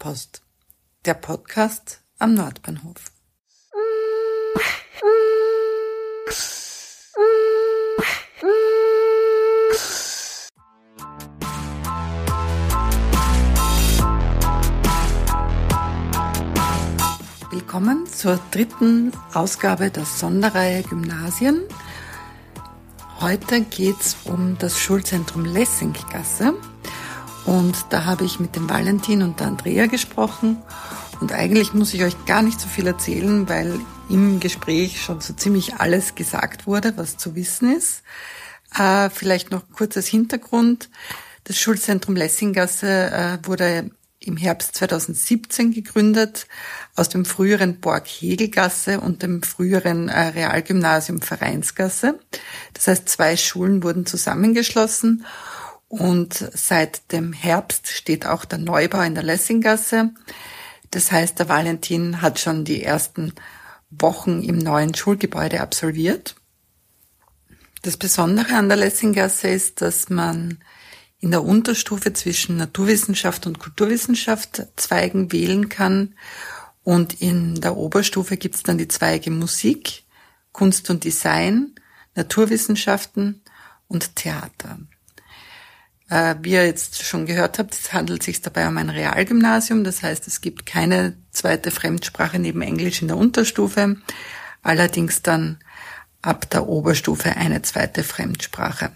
Nordpost, der Podcast am Nordbahnhof. Willkommen zur dritten Ausgabe der Sonderreihe Gymnasien. Heute geht's um das Schulzentrum Lessinggasse und da habe ich mit dem Valentin und der Andrea gesprochen und eigentlich muss ich euch gar nicht so viel erzählen, weil im Gespräch schon so ziemlich alles gesagt wurde, was zu wissen ist. Vielleicht noch kurzes Hintergrund. Das Schulzentrum Lessinggasse wurde im Herbst 2017 gegründet, aus dem früheren Borg-Hegel-Gasse und dem früheren Realgymnasium Vereinsgasse. Das heißt, 2 Schulen wurden zusammengeschlossen und seit dem Herbst steht auch der Neubau in der Lessinggasse. Das heißt, der Valentin hat schon die ersten Wochen im neuen Schulgebäude absolviert. Das Besondere an der Lessinggasse ist, dass man in der Unterstufe zwischen Naturwissenschaft und Kulturwissenschaft Zweigen wählen kann und in der Oberstufe gibt es dann die Zweige Musik, Kunst und Design, Naturwissenschaften und Theater. Wie ihr jetzt schon gehört habt, es handelt sich dabei um ein Realgymnasium, das heißt, es gibt keine zweite Fremdsprache neben Englisch in der Unterstufe, allerdings dann ab der Oberstufe eine zweite Fremdsprache.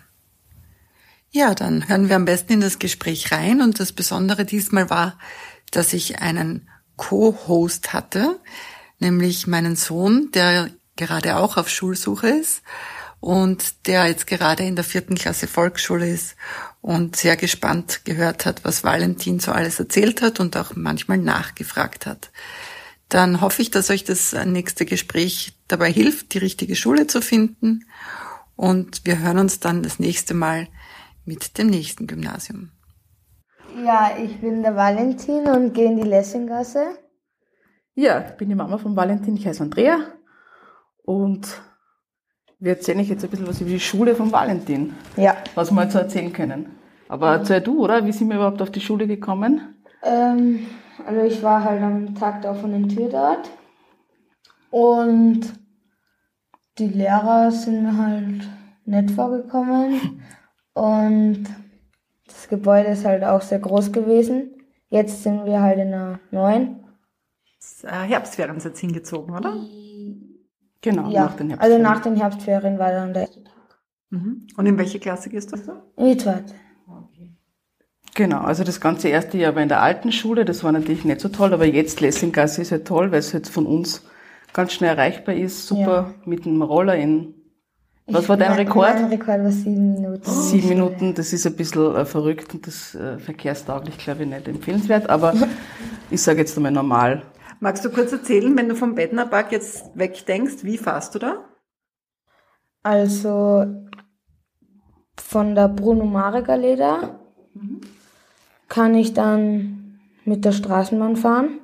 Ja, dann hören wir am besten in das Gespräch rein und das Besondere diesmal war, dass ich einen Co-Host hatte, nämlich meinen Sohn, der gerade auch auf Schulsuche ist und der jetzt gerade in der 4. Klasse Volksschule ist und sehr gespannt gehört hat, was Valentin so alles erzählt hat und auch manchmal nachgefragt hat. Dann hoffe ich, dass euch das nächste Gespräch dabei hilft, die richtige Schule zu finden und wir hören uns dann das nächste Mal mit dem nächsten Gymnasium. Ja, ich bin der Valentin und gehe in die Lessinggasse. Ja, ich bin die Mama von Valentin, ich heiße Andrea und wir erzählen euch jetzt ein bisschen was über die Schule von Valentin. Ja. Was wir jetzt so erzählen können. Aber erzähl du, oder? Wie sind wir überhaupt auf die Schule gekommen? Also ich war halt am Tag der offenen Tür dort und die Lehrer sind mir halt nett vorgekommen. Und das Gebäude ist halt auch sehr groß gewesen. Jetzt sind wir halt in der 9. Herbstferien sind jetzt hingezogen, oder? Genau, ja, nach den Herbstferien. Also nach den Herbstferien war dann der erste Tag. Mhm. Und in welche Klasse gehst du? In die 2. Genau, also das ganze erste Jahr war in der alten Schule, das war natürlich nicht so toll, aber jetzt Lessinggasse ist halt toll, weil es jetzt von uns ganz schnell erreichbar ist, super, mit dem Roller in... Was war dein Rekord? Mein Rekord war 7 Minuten. 7 Minuten, das ist ein bisschen verrückt und das verkehrstauglich, glaube ich, nicht empfehlenswert, aber ich sage jetzt einmal normal. Magst du kurz erzählen, wenn du vom Bednarpark jetzt wegdenkst, wie fährst du da? Also von der Bruno-Marek-Allee da kann ich dann mit der Straßenbahn fahren.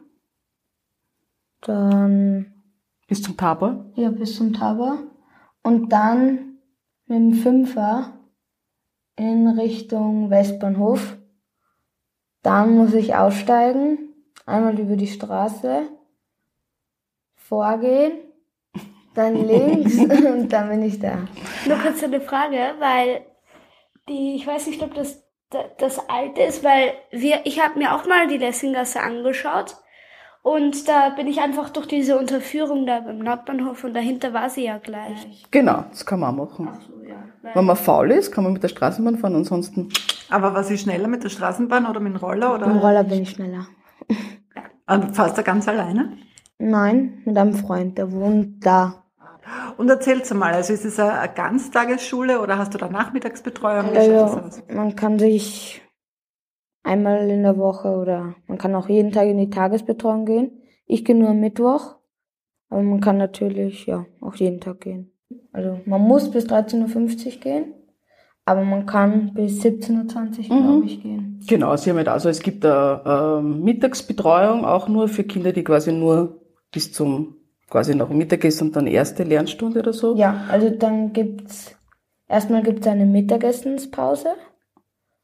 Dann... Bis zum Tabor? Ja, bis zum Tabor. Und dann mit dem 5er in Richtung Westbahnhof. Dann muss ich aussteigen, einmal über die Straße, vorgehen, dann links und dann bin ich da. Nur kurz eine Frage, weil ich weiß nicht, ob das alte ist, weil ich habe mir auch mal die Lessinggasse angeschaut. Und da bin ich einfach durch diese Unterführung da beim Nordbahnhof und dahinter war sie ja gleich. Genau, das kann man auch machen. Ach so, ja. Wenn man faul ist, kann man mit der Straßenbahn fahren, ansonsten... Aber was ist schneller, mit der Straßenbahn oder mit dem Roller? Oder? Mit dem Roller bin ich schneller. Und fährst du ganz alleine? Nein, mit einem Freund, der wohnt da. Und erzähl's mal, also ist es eine Ganztagesschule oder hast du da Nachmittagsbetreuung? Wie schaut das aus? Man kann sich einmal in der Woche oder man kann auch jeden Tag in die Tagesbetreuung gehen. Ich gehe nur am Mittwoch, aber man kann natürlich auch jeden Tag gehen. Also man muss bis 13.50 Uhr gehen, aber man kann bis 17.20 Uhr, glaube ich, gehen. Genau, sie haben halt also, es gibt eine Mittagsbetreuung auch nur für Kinder, die quasi nur bis zum quasi nach Mittagessen und dann erste Lernstunde oder so. Ja, also dann erstmal gibt's eine Mittagessenspause.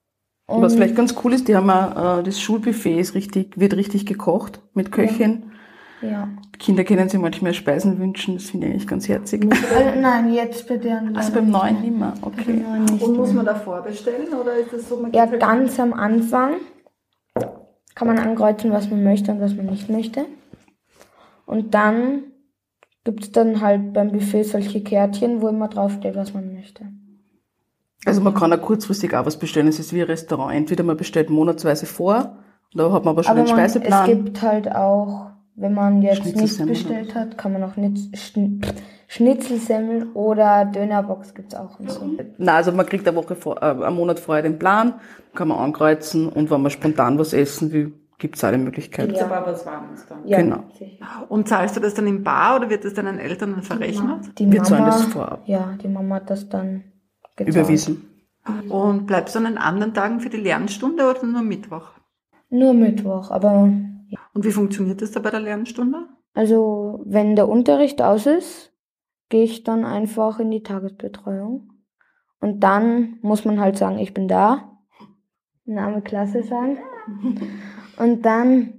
Und Was vielleicht ganz cool ist, die haben auch, das Schulbuffet wird richtig gekocht mit Köchin. ja. Die Kinder können sich manchmal Speisen wünschen, das finde ich eigentlich ganz herzig. Nein, jetzt bei deren Also beim Neuen nicht mehr, okay. Und muss man da vorbestellen oder ist das so? Man Ja, geht halt- ganz am Anfang kann man ankreuzen, was man möchte und was man nicht möchte. Und dann gibt es dann halt beim Buffet solche Kärtchen, wo immer draufsteht, was man möchte. Also man kann auch kurzfristig auch was bestellen, es ist wie ein Restaurant. Entweder man bestellt monatsweise vor, da hat man aber schon den es Speiseplan. gibt halt auch, wenn man jetzt nichts Schnitzelsemmel, bestellt hat, kann man auch Schnitzelsemmel oder Dönerbox gibt's auch und so. Nein, also man kriegt einen Monat vorher den Plan, kann man ankreuzen und wenn man spontan was essen will, gibt es auch die Möglichkeit. Gibt's aber was Warmes dann. Ja, Genau. sicher. Und zahlst du das dann im Bar oder wird das deinen Eltern verrechnet? Die zahlen Mama, das vorab. ja, die Mama hat das dann gezahlt. Überwiesen. Und bleibst du an den anderen Tagen für die Lernstunde oder nur Mittwoch? Nur Mittwoch, aber Und wie funktioniert das da bei der Lernstunde? also wenn der Unterricht aus ist, gehe ich dann einfach in die Tagesbetreuung. Und dann muss man halt sagen, ich bin da. Name Klasse sagen. Und dann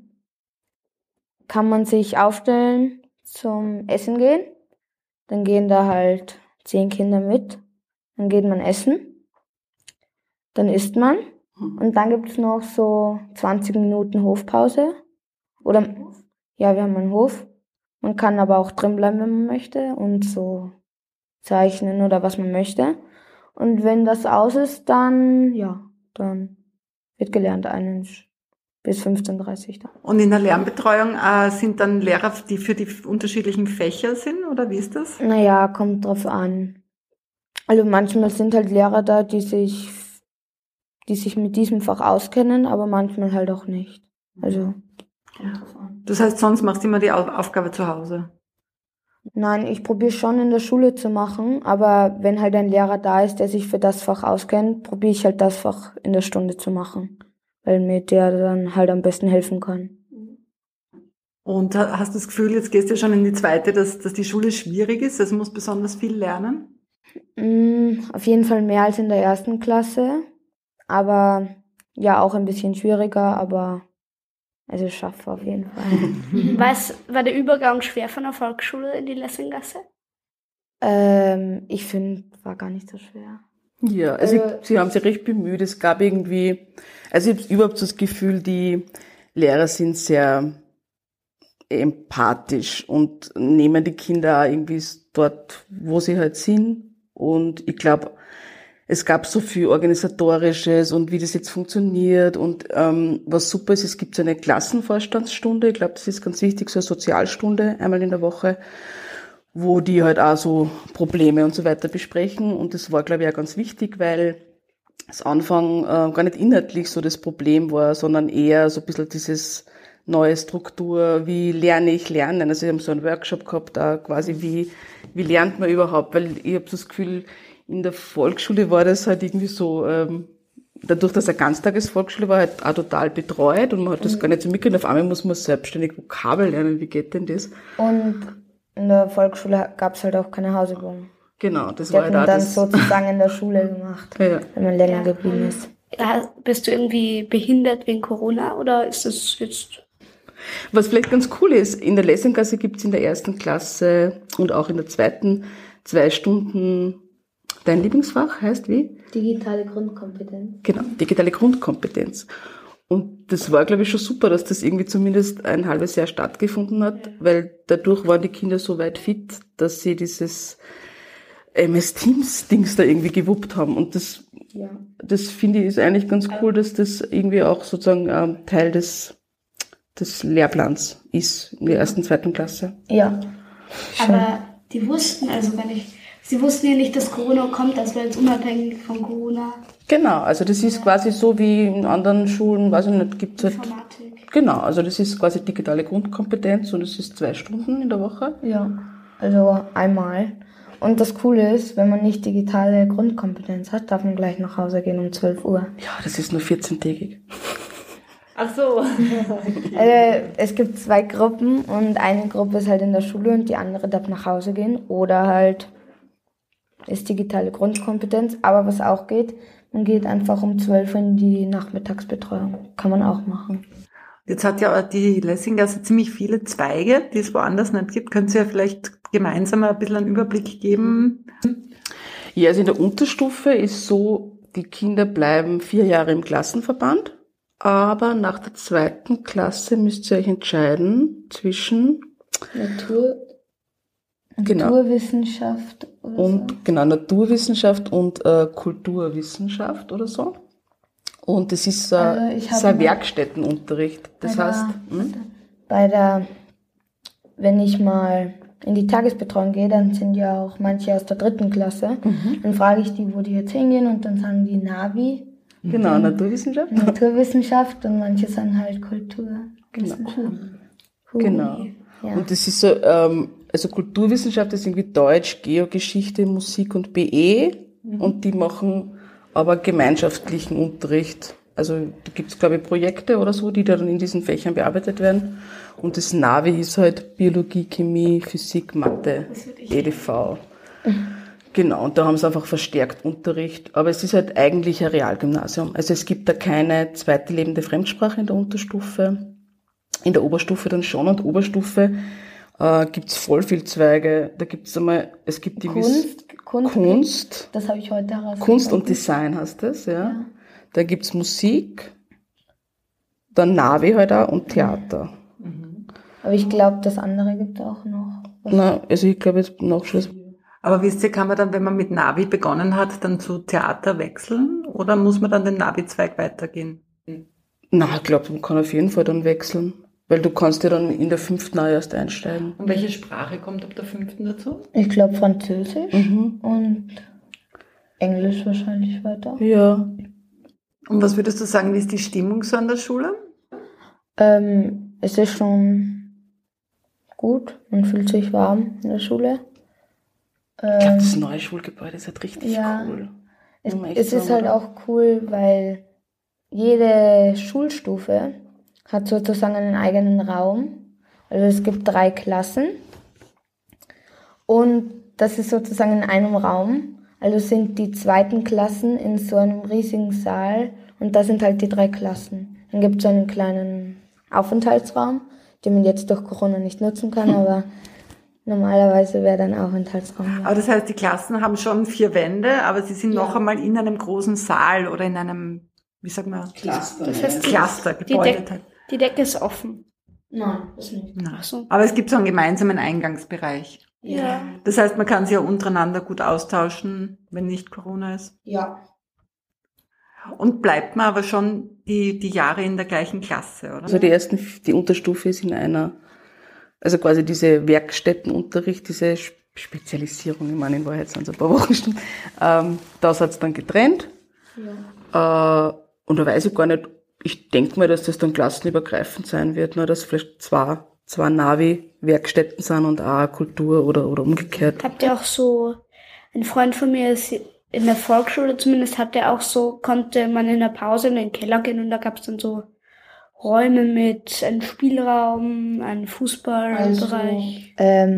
kann man sich aufstellen zum Essen gehen. Dann gehen da halt 10 Kinder mit. Dann geht man essen. Dann isst man. Und dann gibt es noch so 20 Minuten Hofpause. Oder, ja, wir haben einen Hof. Man kann aber auch drin bleiben, wenn man möchte und so zeichnen oder was man möchte. Und wenn das aus ist, dann, ja, dann wird gelernt, bis 15:30 Uhr. Und in der Lernbetreuung sind dann Lehrer, die für die unterschiedlichen Fächer sind oder wie ist das? Naja, kommt drauf an. Also manchmal sind halt Lehrer da, die sich mit diesem Fach auskennen, aber manchmal halt auch nicht. Also, kommt drauf an. Das heißt, sonst machst du immer die Aufgabe zu Hause. Nein, ich probiere schon in der Schule zu machen, aber wenn halt ein Lehrer da ist, der sich für das Fach auskennt, probiere ich halt das Fach in der Stunde zu machen, weil mir der dann halt am besten helfen kann. Und hast du das Gefühl, jetzt gehst du ja schon in die zweite, dass die Schule schwierig ist, also musst besonders viel lernen? Auf jeden Fall mehr als in der ersten Klasse, aber ja auch ein bisschen schwieriger, aber also ich schaffe auf jeden Fall. War der Übergang schwer von der Volksschule in die Lessinggasse? Ich finde, war gar nicht so schwer. Ja, also sie haben sich recht bemüht. Es gab irgendwie, also ich habe überhaupt so das Gefühl, die Lehrer sind sehr empathisch und nehmen die Kinder auch irgendwie dort, wo sie halt sind. Und ich glaube, es gab so viel Organisatorisches und wie das jetzt funktioniert. Und was super ist, es gibt so eine Klassenvorstandsstunde. Ich glaube, das ist ganz wichtig, so eine Sozialstunde einmal in der Woche, wo die halt auch so Probleme und so weiter besprechen. Und das war, glaube ich, auch ganz wichtig, weil das Anfang gar nicht inhaltlich so das Problem war, sondern eher so ein bisschen dieses neue Struktur, wie lerne ich lernen. Also wir haben so einen Workshop gehabt, da quasi wie lernt man überhaupt, weil ich habe so das Gefühl, in der Volksschule war das halt irgendwie so, dadurch, dass eine Ganztagesvolksschule war, halt auch total betreut und man hat das gar nicht so mitgekriegt. Auf einmal muss man selbstständig Vokabel lernen, wie geht denn das? Und in der Volksschule gab es halt auch keine Hausübungen. Genau, das Die war hat halt auch man dann das. sozusagen in der Schule gemacht, Ja. wenn man länger geblieben ist. Ja, bist du irgendwie behindert wegen Corona oder ist das jetzt... Was vielleicht ganz cool ist, in der Lessinggasse gibt's in der ersten Klasse und auch in der zweiten 2 Stunden, dein Lieblingsfach heißt wie? Digitale Grundkompetenz. Genau, digitale Grundkompetenz. Und das war, glaube ich, schon super, dass das irgendwie zumindest ein halbes Jahr stattgefunden hat, weil dadurch waren die Kinder so weit fit, dass sie dieses MS-Teams-Dings da irgendwie gewuppt haben. Und das finde ich ist eigentlich ganz cool, dass das irgendwie auch sozusagen Teil des Lehrplans ist in der ersten, zweiten Klasse. Ja. Aber die wussten, sie wussten ja nicht, dass Corona kommt, das war jetzt unabhängig von Corona. Genau, also das ist quasi so wie in anderen Schulen, weiß ich nicht, gibt's halt. Informatik. Genau, also das ist quasi digitale Grundkompetenz und es ist 2 Stunden in der Woche. Ja, also einmal. Und das Coole ist, wenn man nicht digitale Grundkompetenz hat, darf man gleich nach Hause gehen um 12 Uhr. Ja, das ist nur 14-tägig. Ach so. Also es gibt 2 Gruppen und eine Gruppe ist halt in der Schule und die andere darf nach Hause gehen oder halt ist digitale Grundkompetenz. Aber was auch geht, und geht einfach um 12 Uhr in die Nachmittagsbetreuung. Kann man auch machen. Jetzt hat ja die Lessinggasse ziemlich viele Zweige, die es woanders nicht gibt. Können Sie ja vielleicht gemeinsam ein bisschen einen Überblick geben? Ja, also in der Unterstufe ist so, die Kinder bleiben 4 Jahre im Klassenverband, aber nach der 2. Klasse müsst ihr euch entscheiden zwischen Naturwissenschaft oder und so. genau, Naturwissenschaft und Kulturwissenschaft oder so. Und das ist so ein Werkstättenunterricht. Das heißt, wenn ich mal in die Tagesbetreuung gehe, dann sind ja auch manche aus der 3. Klasse. Dann frage ich die, wo die jetzt hingehen, und dann sagen die Navi. Genau, Naturwissenschaft. Naturwissenschaft, und manche sagen halt Kultur. Genau. Ja. Und das ist so, also Kulturwissenschaft ist irgendwie Deutsch, Geogeschichte, Musik und BE. Und die machen aber gemeinschaftlichen Unterricht. Also da gibt's, glaube ich, Projekte oder so, die dann in diesen Fächern bearbeitet werden. Und das Navi ist halt Biologie, Chemie, Physik, Mathe, EDV. Genau, und da haben sie einfach verstärkt Unterricht. Aber es ist halt eigentlich ein Realgymnasium. Also es gibt da keine zweite lebende Fremdsprache in der Unterstufe. In der Oberstufe dann schon. Und Oberstufe gibt's voll viel Zweige. Da gibt's einmal, es gibt die Kunst. Das habe ich heute herausgefunden. Kunst und Design heißt das, ja. Da gibt's Musik, dann Navi halt auch und Theater. Aber ich glaube, das andere gibt es auch noch. Also ich glaube jetzt Nachschluss. Aber wisst ihr, kann man dann, wenn man mit Navi begonnen hat, dann zu Theater wechseln? Oder muss man dann den Navi-Zweig weitergehen? Ich glaube, man kann auf jeden Fall dann wechseln. Weil du kannst ja dann in der 5. auch erst einsteigen. Und welche Sprache kommt ab der 5. dazu? Ich glaube Französisch und Englisch wahrscheinlich weiter. Ja. Und was würdest du sagen, wie ist die Stimmung so an der Schule? Es ist schon gut, man fühlt sich warm in der Schule. Ich glaube, das neue Schulgebäude ist halt richtig cool. Es ist halt auch cool, weil jede Schulstufe hat sozusagen einen eigenen Raum. Also es gibt 3 Klassen und das ist sozusagen in einem Raum. Also sind die 2. Klassen in so einem riesigen Saal und da sind halt die 3 Klassen. Dann gibt es einen kleinen Aufenthaltsraum, den man jetzt durch Corona nicht nutzen kann, aber normalerweise wäre dann Aufenthaltsraum. Aber das heißt, die Klassen haben schon 4 Wände, aber sie sind noch einmal in einem großen Saal oder in einem, wie sagt man? Cluster. Das heißt, Clustergebäude. Die Decke ist offen. Nein, das nicht. Ach so. Aber es gibt so einen gemeinsamen Eingangsbereich. Ja. Das heißt, man kann sich ja untereinander gut austauschen, wenn nicht Corona ist. Ja. Und bleibt man aber schon die Jahre in der gleichen Klasse, oder? Also die Unterstufe ist in einer, also quasi diese Werkstättenunterricht, diese Spezialisierung, ich meine, in Wahrheit sind es ein paar Wochenstunden, das hat's dann getrennt. Ja. Und da weiß ich gar nicht, ich denke mal, dass das dann klassenübergreifend sein wird, nur dass vielleicht zwei Navi-Werkstätten sind und auch Kultur oder umgekehrt. Habt ihr auch so, ein Freund von mir ist in der Volksschule zumindest, konnte man in der Pause in den Keller gehen und da gab es dann so Räume mit einem Spielraum, einem Fußballbereich.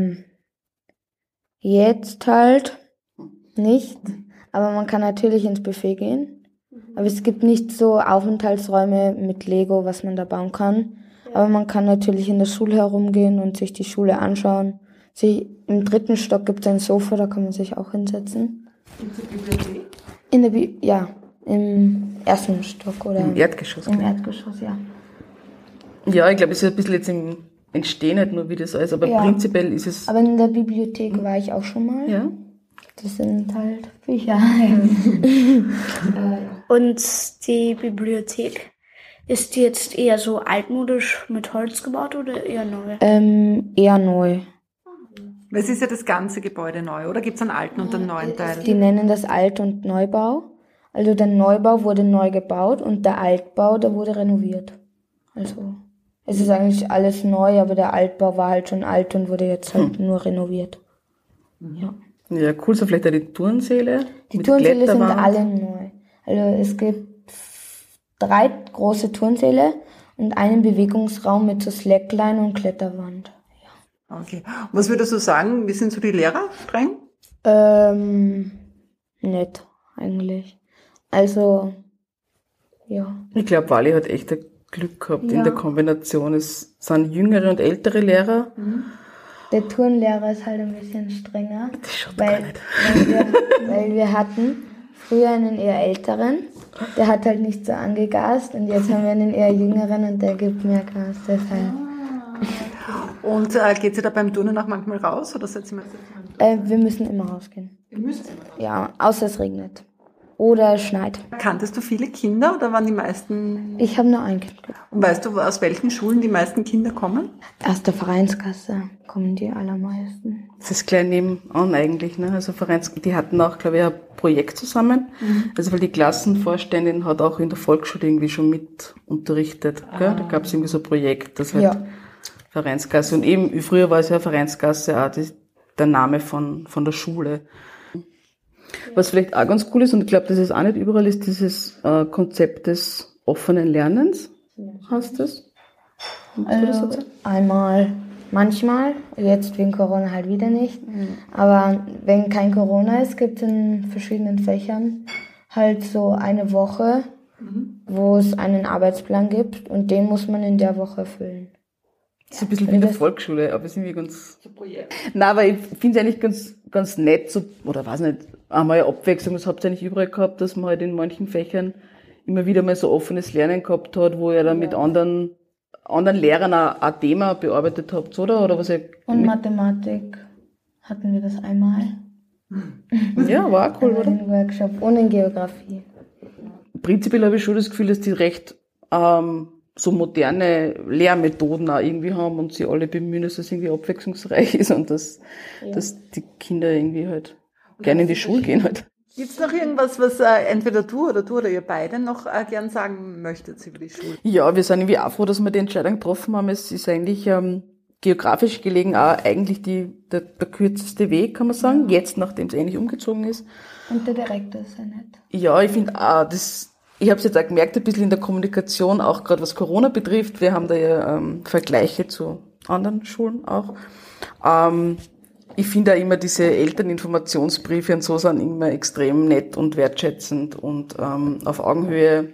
Jetzt halt nicht, aber man kann natürlich ins Buffet gehen. Aber es gibt nicht so Aufenthaltsräume mit Lego, was man da bauen kann. Ja. Aber man kann natürlich in der Schule herumgehen und sich die Schule anschauen. Im 3. Stock gibt es ein Sofa, da kann man sich auch hinsetzen. In der Bibliothek? Im 1. Stock oder im Erdgeschoss. Im Erdgeschoss, ja. Ja, ich glaube, es ist ein bisschen jetzt im Entstehen nicht nur, wie das alles, aber prinzipiell ist es... Aber in der Bibliothek war ich auch schon mal. Ja. Das sind halt Bücher. Und die Bibliothek, ist die jetzt eher so altmodisch mit Holz gebaut oder eher neu? Eher neu. Es ist ja das ganze Gebäude neu, oder gibt es einen alten und einen neuen Teil? Die nennen das Alt- und Neubau. Also der Neubau wurde neu gebaut und der Altbau, der wurde renoviert. Also es ist eigentlich alles neu, aber der Altbau war halt schon alt und wurde jetzt halt nur renoviert. Ja. Ja, cool, so vielleicht auch die Turnsäle. Die Turnsäle sind alle neu. Also es gibt 3 große Turnsäle und einen Bewegungsraum mit so Slackline und Kletterwand. Ja. Okay. Was würdest du sagen, wie sind so die Lehrer streng? Nett, eigentlich. Also, ja. Ich glaube, Wally hat echt ein Glück gehabt in der Kombination. Es sind jüngere und ältere Lehrer. Der Turnlehrer ist halt ein bisschen strenger, Das schaut gar nicht. weil wir hatten früher einen eher älteren, der hat halt nicht so angegast und jetzt haben wir einen eher jüngeren und der gibt mehr Gas, deshalb. Und geht sie da beim Turnen auch manchmal raus oder seid ihr mal? Wir müssen immer rausgehen. Ihr müsst immer raus. Ja, außer es regnet. Oder es schneit. Kanntest du viele Kinder oder waren die meisten? Ich habe nur ein Kind. Und weißt du, aus welchen Schulen die meisten Kinder kommen? Aus der Vereinskasse kommen die allermeisten. Das ist gleich nebenan eigentlich, ne? Also die hatten auch, glaube ich, ein Projekt zusammen. Also weil die Klassenvorständin hat auch in der Volksschule irgendwie schon mit unterrichtet. Gell? Da gab es irgendwie so ein Projekt, das halt Vereinskasse. Und eben, früher war es ja Vereinskasse auch der Name von der Schule. Was vielleicht auch ganz cool ist, und ich glaube, das ist auch nicht überall, ist dieses Konzept des offenen Lernens. Hast du das? Also, einmal, manchmal, jetzt wegen Corona halt wieder nicht. Aber wenn kein Corona ist, gibt es in verschiedenen Fächern halt so eine Woche, wo es einen Arbeitsplan gibt und den muss man in der Woche erfüllen. Das ist ein bisschen wie in der Volksschule, aber es ist irgendwie ganz... Nein, aber ich finde es eigentlich ganz nett, so, oder weiß nicht, einmal eine Abwechslung, das habt ihr eigentlich überall gehabt, dass man halt in manchen Fächern immer wieder mal so offenes Lernen gehabt hat, wo ihr dann mit anderen Lehrern auch ein Thema bearbeitet habt, oder? Oder was und Mathematik hatten wir das einmal. Ja, war auch cool, oder? In Workshop und in Geografie. Prinzipiell habe ich schon das Gefühl, dass die recht so moderne Lehrmethoden auch irgendwie haben und sie alle bemühen, dass es irgendwie abwechslungsreich ist und dass die Kinder irgendwie halt gerne in die Schule gehen halt. Gibt's noch irgendwas, was entweder du oder ihr beide noch gern sagen möchtet über die Schule? Ja, wir sind irgendwie auch froh, dass wir die Entscheidung getroffen haben. Es ist eigentlich geografisch gelegen auch eigentlich der kürzeste Weg, kann man sagen, jetzt, nachdem es eigentlich umgezogen ist. Und der Direktor ist ja nett. Ja, ich finde auch, ich habe es jetzt auch gemerkt, ein bisschen in der Kommunikation, auch gerade was Corona betrifft. Wir haben da ja Vergleiche zu anderen Schulen auch. Ich finde auch immer diese Elterninformationsbriefe und so sind immer extrem nett und wertschätzend und auf Augenhöhe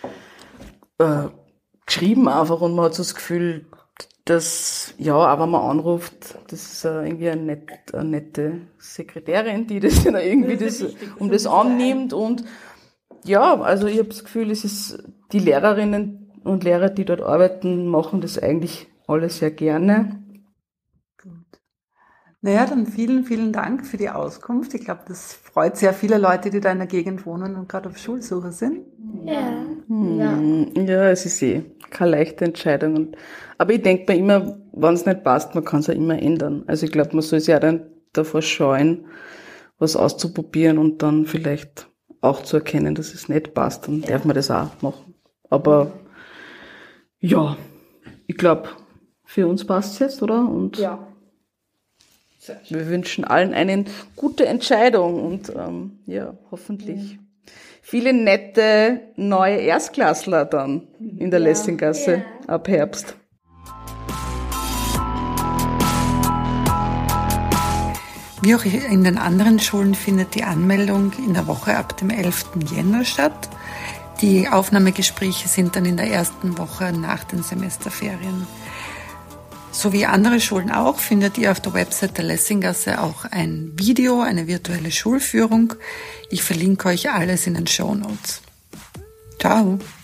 geschrieben einfach und man hat so das Gefühl, dass, ja, auch wenn man anruft, das ist irgendwie eine nette Sekretärin, die das dann irgendwie das annimmt und ja, also ich habe das Gefühl, es ist die Lehrerinnen und Lehrer, die dort arbeiten, machen das eigentlich alle sehr gerne. Gut. Naja, dann vielen, vielen Dank für die Auskunft. Ich glaube, das freut sehr viele Leute, die da in der Gegend wohnen und gerade auf Schulsuche sind. Ja. Ja, es ist keine leichte Entscheidung. Aber ich denke mir immer, wenn es nicht passt, man kann es ja immer ändern. Also ich glaube, man soll sich ja dann davor scheuen, was auszuprobieren und dann vielleicht auch zu erkennen, dass es nicht passt, dann darf man das auch machen. Aber ja, ich glaube, für uns passt es jetzt, oder? Und wir wünschen allen eine gute Entscheidung und hoffentlich viele nette neue Erstklässler dann in der Lessinggasse ab Herbst. Wie auch in den anderen Schulen findet die Anmeldung in der Woche ab dem 11. Jänner statt. Die Aufnahmegespräche sind dann in der ersten Woche nach den Semesterferien. So wie andere Schulen auch, findet ihr auf der Website der Lessinggasse auch ein Video, eine virtuelle Schulführung. Ich verlinke euch alles in den Shownotes. Ciao!